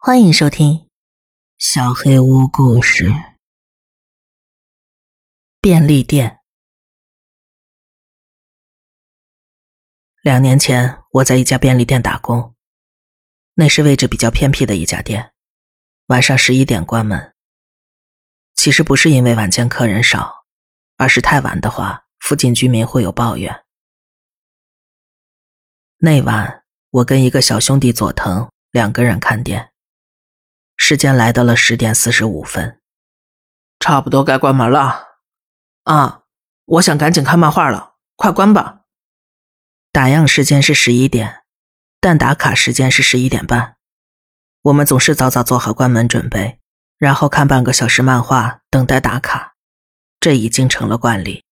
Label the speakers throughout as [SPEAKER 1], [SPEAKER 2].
[SPEAKER 1] 欢迎收听小黑屋故事。便利店。2年前，我在一家便利店打工，那是位置比较偏僻的一家店，晚上11点关门。其实不是因为晚间客人少，而是太晚的话，附近居民会有抱怨。那晚，我跟一个小兄弟佐藤2个人看店。时间来到了10点45分，
[SPEAKER 2] 差不多该关门了。啊，我想赶紧看漫画了，快关吧。
[SPEAKER 1] 打烊时间是11点，但打卡时间是11点半。我们总是早早做好关门准备，然后看半个小时漫画，等待打卡，这已经成了惯例。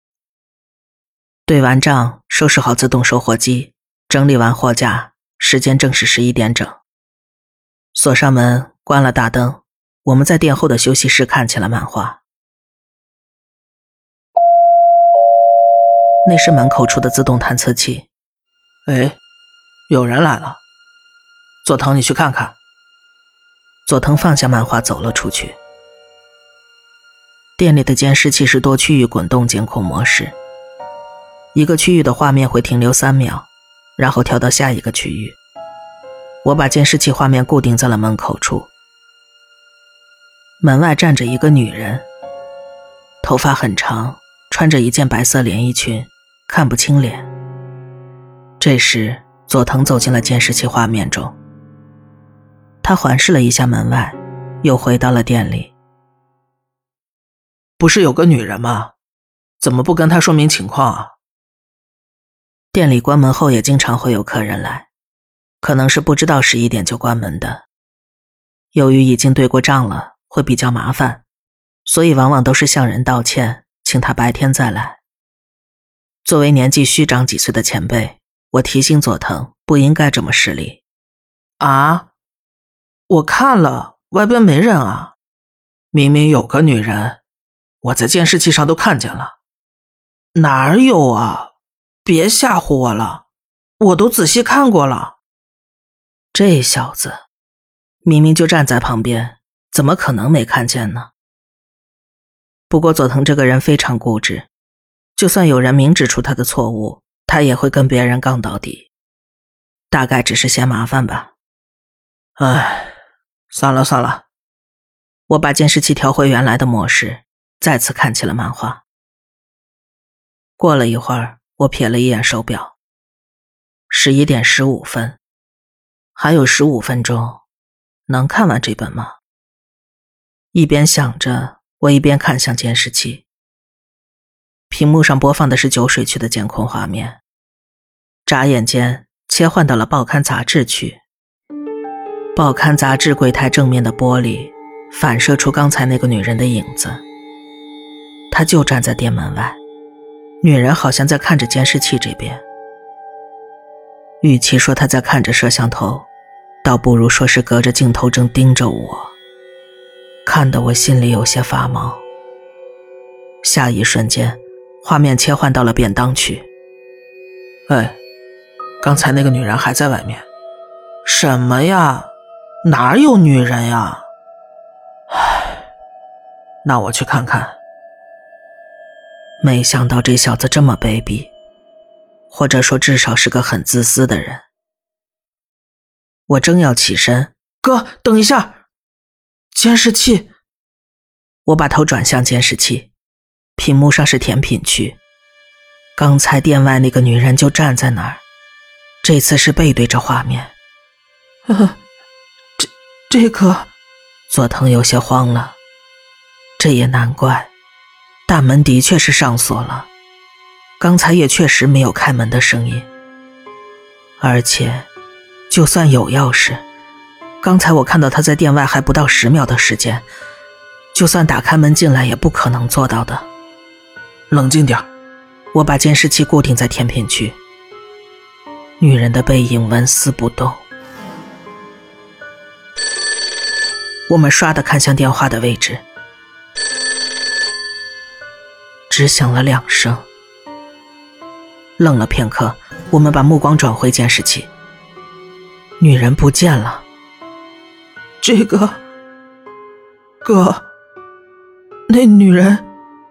[SPEAKER 1] 对完账，收拾好自动售货机，整理完货架，时间正是11点整。锁上门，关了大灯，我们在店后的休息室看起了漫画。那是门口处的自动探测器。
[SPEAKER 2] 哎，有人来了。佐藤，你去看看。
[SPEAKER 1] 佐藤放下漫画走了出去。店里的监视器是多区域滚动监控模式，一个区域的画面会停留3秒，然后跳到下一个区域。我把监视器画面固定在了门口处。门外站着一个女人，头发很长，穿着一件白色连衣裙，看不清脸。这时，佐藤走进了监视器画面中。他环视了一下门外，又回到了店里。
[SPEAKER 2] 不是有个女人吗？怎么不跟她说明情况啊？
[SPEAKER 1] 店里关门后也经常会有客人来，可能是不知道11点就关门的。由于已经对过账了，会比较麻烦，所以往往都是向人道歉，请他白天再来。作为年纪虚长几岁的前辈，我提醒佐藤不应该这么失礼。
[SPEAKER 2] 啊？我看了，外边没人啊。明明有个女人，我在监视器上都看见了。哪儿有啊？别吓唬我了，我都仔细看过了。
[SPEAKER 1] 这小子明明就站在旁边，怎么可能没看见呢？不过佐藤这个人非常固执，就算有人明指出他的错误，他也会跟别人杠到底，大概只是嫌麻烦吧。
[SPEAKER 2] 唉，算了算了。
[SPEAKER 1] 我把监视器调回原来的模式，再次看起了漫画。过了一会儿，我瞥了一眼手表，11点15分，还有15分钟，能看完这本吗？一边想着，我一边看向监视器。屏幕上播放的是酒水区的监控画面，眨眼间切换到了报刊杂志区。报刊杂志柜台正面的玻璃反射出刚才那个女人的影子，她就站在店门外，女人好像在看着监视器这边。与其说她在看着摄像头，倒不如说是隔着镜头正盯着我，看得我心里有些发毛。下一瞬间，画面切换到了便当区。
[SPEAKER 2] 哎，刚才那个女人还在外面。什么呀？哪有女人呀？唉，那我去看看。
[SPEAKER 1] 没想到这小子这么卑鄙，或者说至少是个很自私的人。我正要起身，
[SPEAKER 2] 哥，等一下！监视器！
[SPEAKER 1] 我把头转向监视器，屏幕上是甜品区。刚才店外那个女人就站在那儿，这次是背对着画面。
[SPEAKER 2] 这个……
[SPEAKER 1] 佐藤有些慌了。这也难怪，大门的确是上锁了，刚才也确实没有开门的声音。而且就算有钥匙，刚才我看到他在店外还不到10秒的时间，就算打开门进来也不可能做到的。
[SPEAKER 2] 冷静点。
[SPEAKER 1] 我把监视器固定在甜品区，女人的背影纹丝不动。我们唰地看向电话的位置，只响了2声。愣了片刻，我们把目光转回监视器，女人不见了。
[SPEAKER 2] 这个，哥，那女人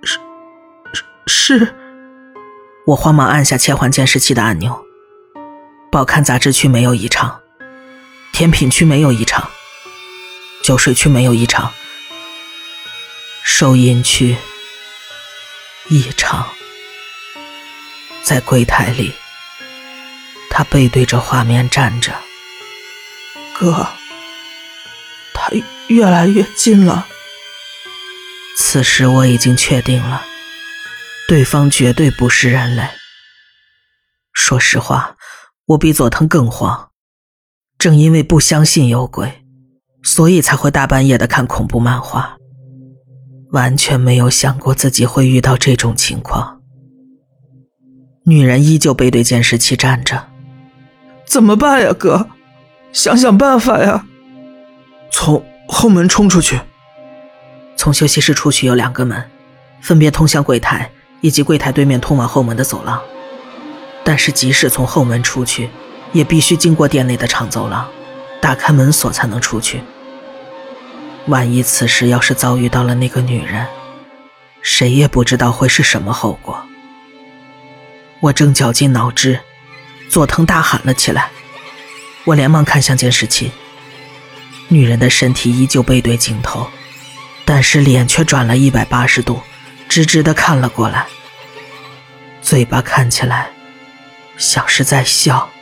[SPEAKER 2] 是……
[SPEAKER 1] 我慌忙按下切换监视器的按钮。报刊杂志区没有异常，甜品区没有异常，酒水区没有异常，收银区异常。在柜台里，他背对着画面站着。
[SPEAKER 2] 哥，他越来越近了。
[SPEAKER 1] 此时我已经确定了，对方绝对不是人类。说实话，我比佐藤更慌。正因为不相信有鬼，所以才会大半夜的看恐怖漫画，完全没有想过自己会遇到这种情况。女人依旧背对监视器站着。
[SPEAKER 2] 怎么办呀，哥？想想办法呀。从后门冲出去。
[SPEAKER 1] 从休息室出去有2个门，分别通向柜台以及柜台对面通往后门的走廊。但是即使从后门出去，也必须经过店内的长走廊，打开门锁才能出去。万一此时要是遭遇到了那个女人，谁也不知道会是什么后果。我正绞尽脑汁，佐藤大喊了起来。我连忙看向监视器，女人的身体依旧背对镜头，但是脸却转了180度，直直地看了过来，嘴巴看起来像是在笑。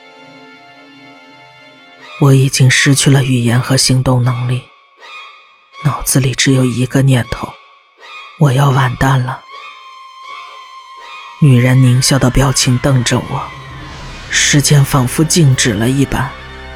[SPEAKER 1] 我已经失去了语言和行动能力，脑子里只有一个念头，我要完蛋了。女人狞笑的表情瞪着我，时间仿佛静止了一般。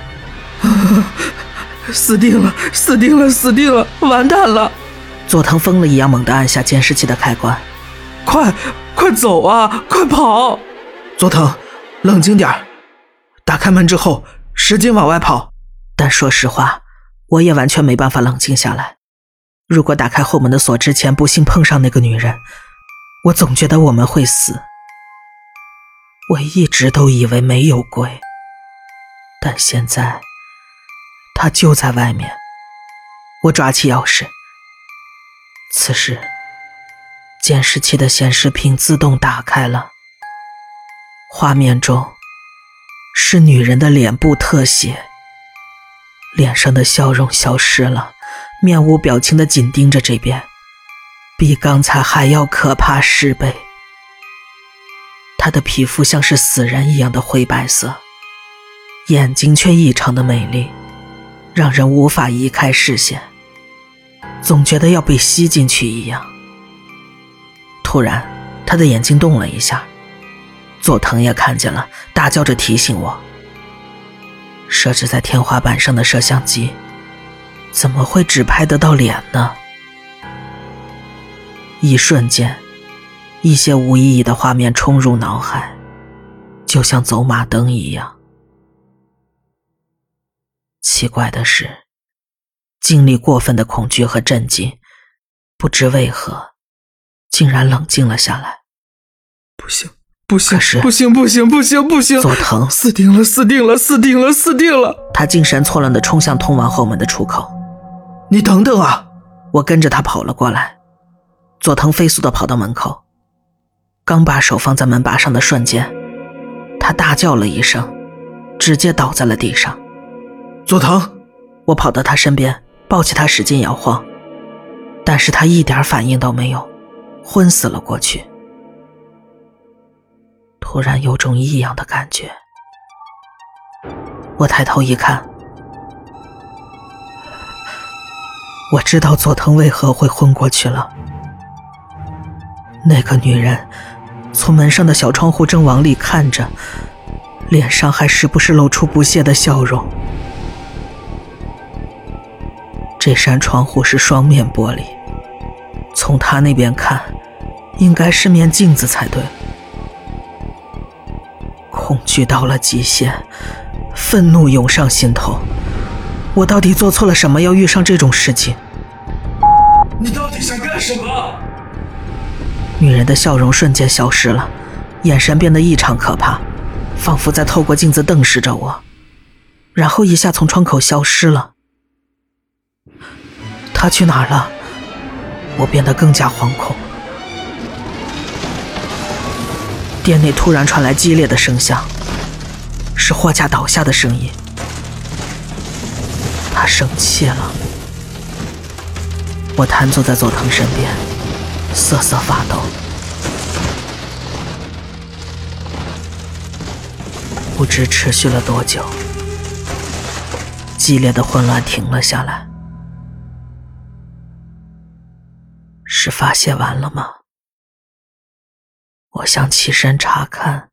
[SPEAKER 2] 死定了，死定了，死定了，完蛋了！
[SPEAKER 1] 佐藤疯了一样猛地按下监视器的开关。
[SPEAKER 2] 快走啊，快跑！佐藤，冷静点，打开门之后使劲往外跑。
[SPEAKER 1] 但说实话，我也完全没办法冷静下来。如果打开后门的锁之前不幸碰上那个女人，我总觉得我们会死。我一直都以为没有鬼，但现在他就在外面。我抓起钥匙，此时监视器的显示屏自动打开了，画面中是女人的脸部特写，脸上的笑容消失了，面无表情地紧盯着这边，比刚才还要可怕10倍。她的皮肤像是死人一样的灰白色，眼睛却异常的美丽，让人无法移开视线，总觉得要被吸进去一样。突然，她的眼睛动了一下，佐藤也看见了，大叫着提醒我。设置在天花板上的摄像机，怎么会只拍得到脸呢？一瞬间，一些无意义的画面冲入脑海，就像走马灯一样。奇怪的是，经历过分的恐惧和震惊，不知为何竟然冷静了下来。
[SPEAKER 2] 不行不行，
[SPEAKER 1] 可是
[SPEAKER 2] 不行不行不行不行！
[SPEAKER 1] 佐藤
[SPEAKER 2] 死定了死定了死定了死定了！
[SPEAKER 1] 他精神错乱地冲向通往后门的出口。
[SPEAKER 2] 你等等啊！
[SPEAKER 1] 我跟着他跑了过来。佐藤飞速地跑到门口，刚把手放在门把上的瞬间，他大叫了一声，直接倒在了地上。
[SPEAKER 2] 佐藤！
[SPEAKER 1] 我跑到他身边，抱起他使劲摇晃，但是他一点反应都没有，昏死了过去。突然有种异样的感觉，我抬头一看，我知道佐藤为何会昏过去了。那个女人从门上的小窗户正往里看着，脸上还时不时露出不屑的笑容。这扇窗户是双面玻璃，从她那边看，应该是面镜子才对。恐惧到了极限，愤怒涌上心头。我到底做错了什么，要遇上这种事情？
[SPEAKER 2] 你到底想干什么？
[SPEAKER 1] 女人的笑容瞬间消失了，眼神变得异常可怕，仿佛在透过镜子瞪视着我，然后一下从窗口消失了。
[SPEAKER 2] 他去哪儿了？我变得更加惶恐。店内突然传来激烈的声响，是货架倒下的声音。他生气了。我瘫坐在佐藤身边，瑟瑟发抖。不知持续了多久，激烈的混乱停了下来。是发泄完了吗？我想起身查看，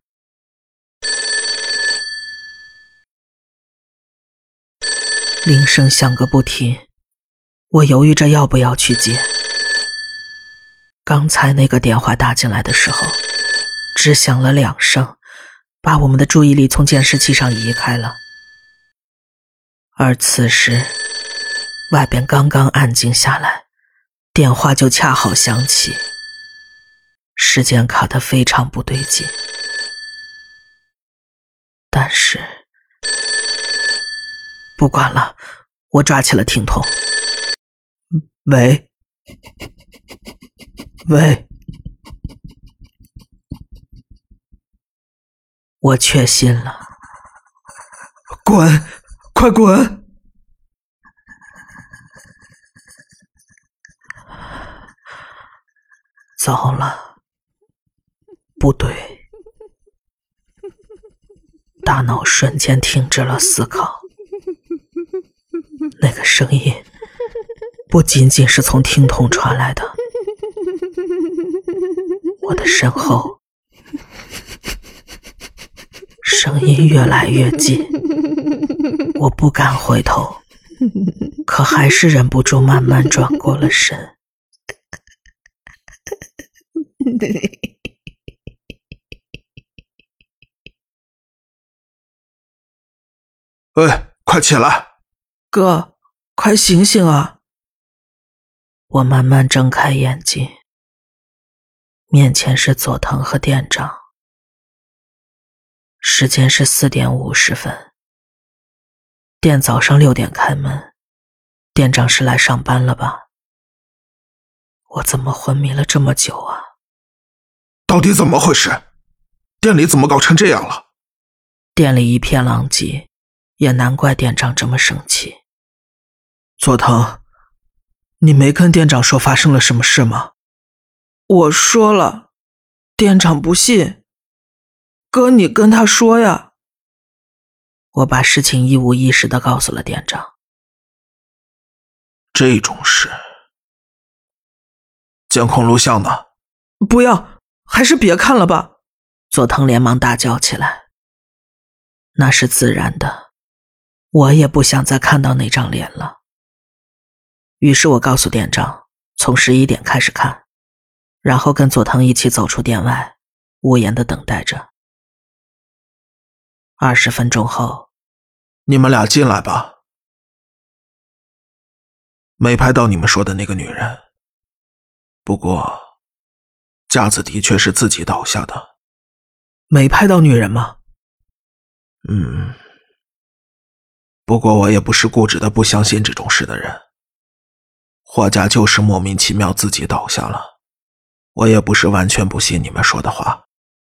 [SPEAKER 2] 铃声响个不停，我犹豫着要不要去接。刚才那个电话打进来的时候，只响了2声，把我们的注意力从监视器上移开了。而此时，外边刚刚安静下来，电话就恰好响起。时间卡得非常不对劲，但是不管了，我抓起了听筒。喂，喂，我确信了。滚，快滚！糟了。不对，大脑瞬间停止了思考。那个声音不仅仅是从听筒传来的，我的身后，声音越来越近，我不敢回头，可还是忍不住慢慢转过了身。
[SPEAKER 3] 喂，快起来！
[SPEAKER 2] 哥，快醒醒啊！我慢慢睁开眼睛，面前是佐藤和店长。时间是4点50分。店早上6点开门，店长是来上班了吧？我怎么昏迷了这么久啊？
[SPEAKER 3] 到底怎么回事？店里怎么搞成这样了？
[SPEAKER 2] 店里一片狼藉，也难怪店长这么生气。佐藤，你没跟店长说发生了什么事吗？我说了，店长不信。哥，你跟他说呀。我把事情一五一十地告诉了店长。
[SPEAKER 3] 这种事，监控录像呢？
[SPEAKER 2] 不要，还是别看了吧。佐藤连忙大叫起来。那是自然的，我也不想再看到那张脸了。于是我告诉店长，从11点开始看，然后跟佐藤一起走出店外，无言地等待着。20分钟后，
[SPEAKER 3] 你们俩进来吧。没拍到你们说的那个女人，不过架子的确是自己倒下的。
[SPEAKER 2] 没拍到女人吗？
[SPEAKER 3] 不过我也不是固执的不相信这种事的人。货架就是莫名其妙自己倒下了，我也不是完全不信你们说的话。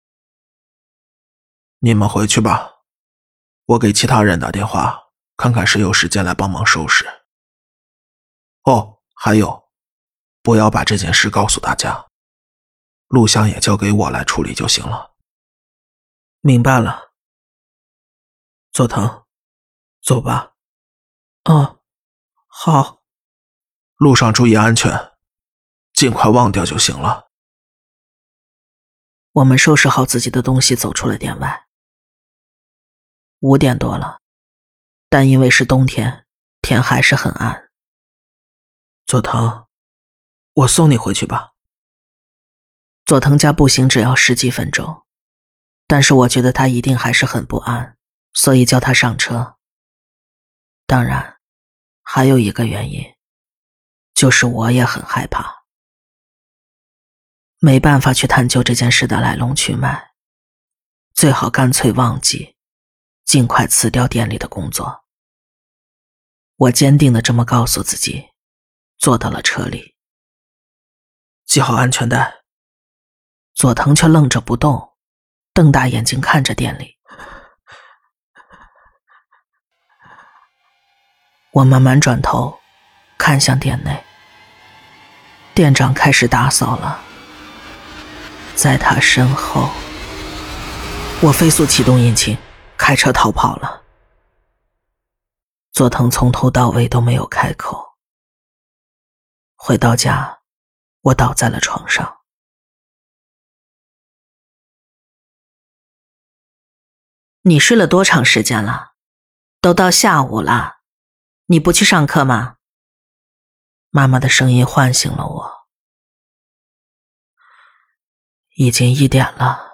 [SPEAKER 3] 你们回去吧，我给其他人打电话，看看谁有时间来帮忙收拾。哦，还有，不要把这件事告诉大家，录像也交给我来处理就行了。
[SPEAKER 2] 明白了。佐藤，走吧。好。
[SPEAKER 3] 路上注意安全，尽快忘掉就行了。
[SPEAKER 2] 我们收拾好自己的东西，走出了店外。5点多了，但因为是冬天，天还是很暗。佐藤，我送你回去吧。佐藤家步行只要10几分钟，但是我觉得他一定还是很不安，所以叫他上车。当然，还有一个原因，就是我也很害怕。没办法去探究这件事的来龙去脉，最好干脆忘记，尽快辞掉店里的工作。
[SPEAKER 1] 我坚定地这么告诉自己，坐到了车里。
[SPEAKER 2] 系好安全带。
[SPEAKER 1] 佐藤却愣着不动，瞪大眼睛看着店里。我慢慢转头看向店内，店长开始打扫了。在他身后，我飞速启动引擎，开车逃跑了。佐藤从头到尾都没有开口。回到家，我倒在了床上。你睡了多长时间了？都到下午了，你不去上课吗？妈妈的声音唤醒了我。已经1点了。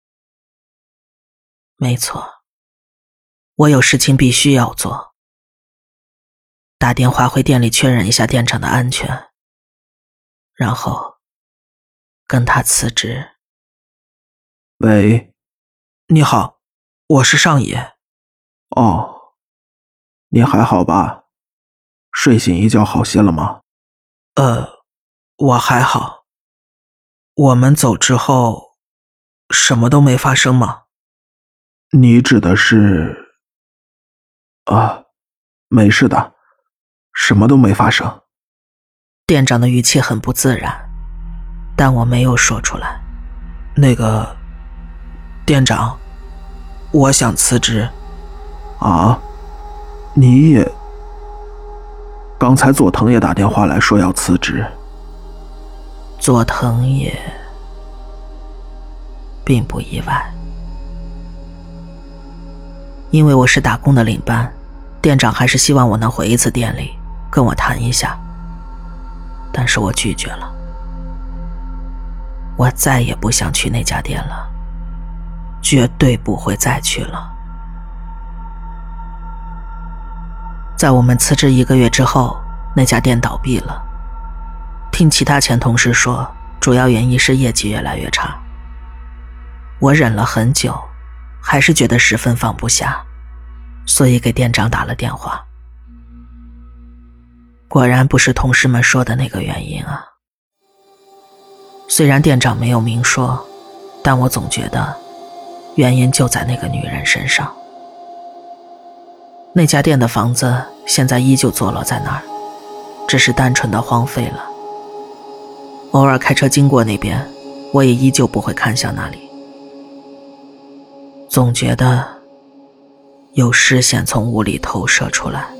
[SPEAKER 1] 没错，我有事情必须要做。打电话回店里确认一下店长的安全，然后跟他辞职。
[SPEAKER 3] 喂，
[SPEAKER 2] 你好，我是上野。
[SPEAKER 3] 哦，你还好吧？睡醒一觉好些了吗？
[SPEAKER 2] 我还好。我们走之后，什么都没发生吗？
[SPEAKER 3] 你指的是……啊，没事的，什么都没发生。
[SPEAKER 1] 店长的语气很不自然，但我没有说出来。
[SPEAKER 2] 那个，店长，我想辞职。
[SPEAKER 3] 啊？你也……刚才佐藤也打电话来说要辞职。
[SPEAKER 1] 佐藤也并不意外，因为我是打工的领班，店长还是希望我能回一次店里跟我谈一下，但是我拒绝了。我再也不想去那家店了，绝对不会再去了。在我们辞职1个月之后，那家店倒闭了。听其他前同事说，主要原因是业绩越来越差。我忍了很久，还是觉得十分放不下，所以给店长打了电话。果然不是同事们说的那个原因啊。虽然店长没有明说，但我总觉得原因就在那个女人身上。那家店的房子现在依旧坐落在那儿，只是单纯的荒废了。偶尔开车经过那边，我也依旧不会看向那里。总觉得有视线从屋里投射出来。